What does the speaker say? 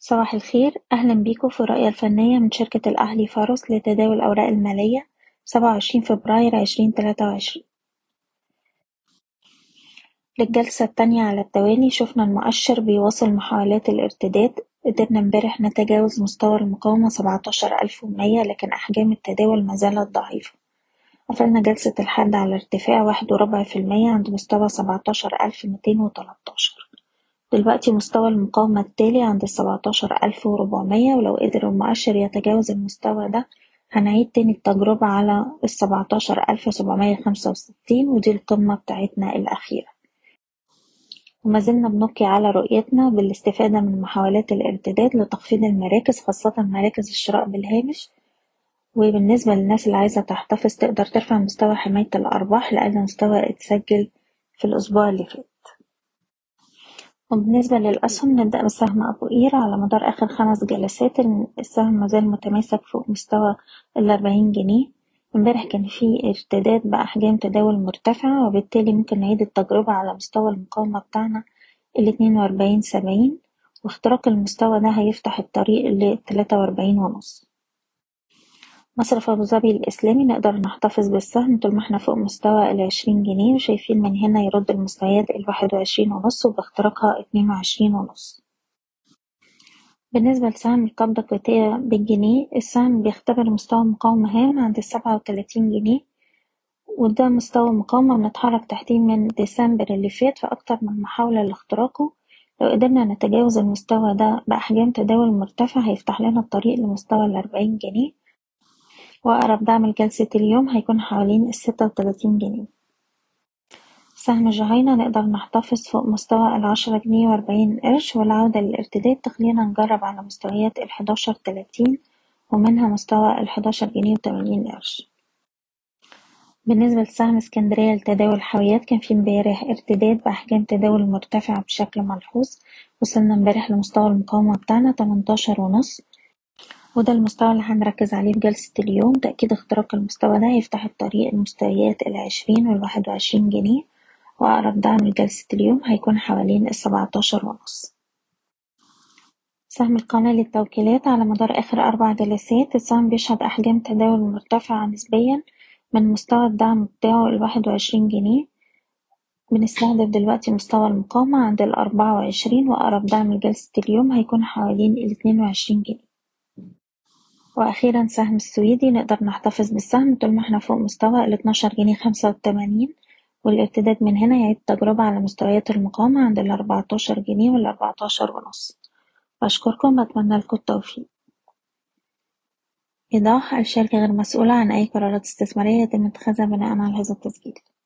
صباح الخير، أهلا بيكم في الرؤية الفنية من شركة الأهلي فارس لتداول الأوراق المالية 27 فبراير 2023. للجلسة التانية على التوالي شفنا المؤشر بيواصل محاولات الارتداد. قدرنا امبارح نتجاوز مستوى المقاومة 17,100 لكن أحجام التداول مازالت ضعيفة. قفلنا جلسة الحد على ارتفاع 1.4% عند مستوى 17,213. دلوقتي مستوى المقاومة التالي عند 17,400، ولو قدر المؤشر يتجاوز المستوى ده هنعيد تاني التجربة على 17,765، ودي القمة بتاعتنا الأخيرة. ومازلنا بنبقي على رؤيتنا بالاستفادة من محاولات الارتداد لتخفيض المراكز، خاصة مراكز الشراء بالهامش. وبالنسبة للناس اللي عايزة تحتفظ تقدر ترفع مستوى حماية الأرباح لأقل مستوى اتسجل في الأسبوع اللي فات. وبالنسبة للأسهم نبدأ بسهم أبو قير. على مدار آخر 5 جلسات السهم مازال متماسك فوق مستوى 40 جنيه. امبارح كان في ارتداد بأحجام تداول مرتفعة، وبالتالي ممكن نعيد التجربة على مستوى المقاومة بتاعنا 42.70، واختراق المستوى ده هيفتح الطريق ل43.5. مصرف أبو ظبي الإسلامي نقدر نحتفظ بالسهم طول ما احنا فوق مستوى 20 جنيه، وشايفين من هنا يرد المستويات 21.5 وباختراقها 22.5. بالنسبة لسهم القبضة الكويتية بالجنيه، السهم بيختبر مستوى مقاومة هام عند 37 جنيه، وده مستوى مقاومة بنتحرك تحتيه من ديسمبر اللي فات في أكتر من محاولة لاختراقه. لو قدرنا نتجاوز المستوى ده بأحجام تداول مرتفعة هيفتح لنا الطريق لمستوى 40 جنيه، وأقرب دعم لجلسة اليوم هيكون حوالين 36 جنيه. سهم جهينة نقدر نحتفظ فوق مستوى 10 جنيه و40 قرش، والعودة للارتداد تخلينا نجرب على مستويات 11.30 ومنها مستوى 11 جنيه و80 قرش. بالنسبة لسهم اسكندرية لتداول الحاويات كان في امبارح ارتداد بأحجام تداول مرتفعة بشكل ملحوظ. وصلنا امبارح لمستوى المقاومة بتاعنا 18.5، وده المستوى اللي هنركز عليه في جلسة اليوم. تأكيد اختراق المستوى ده هيفتح الطريق لمستويات 20 وال21 جنيه، وأقرب دعم لجلسة اليوم هيكون حوالين 17.5. سهم القناة للتوكيلات على مدار آخر 4 جلسات السهم بيشهد أحجام تداول مرتفعة نسبيا من مستوى الدعم بتاعه 21 جنيه. بنستهدف دلوقتي مستوى المقاومة عند 24، وأقرب دعم لجلسة اليوم هيكون حوالين 22 جنيه. وأخيرا سهم السويدي نقدر نحتفظ بالسهم طول ما احنا فوق مستوى 12 جنيه 85، والارتداد من هنا يعيد التجربة على مستويات المقاومة عند 14 جنيه وال14.5. بشكركم وأتمنى لكم التوفيق. إيضاح: الشركة غير مسؤولة عن أي قرارات استثمارية يتم اتخاذها بناء على هذا التسجيل.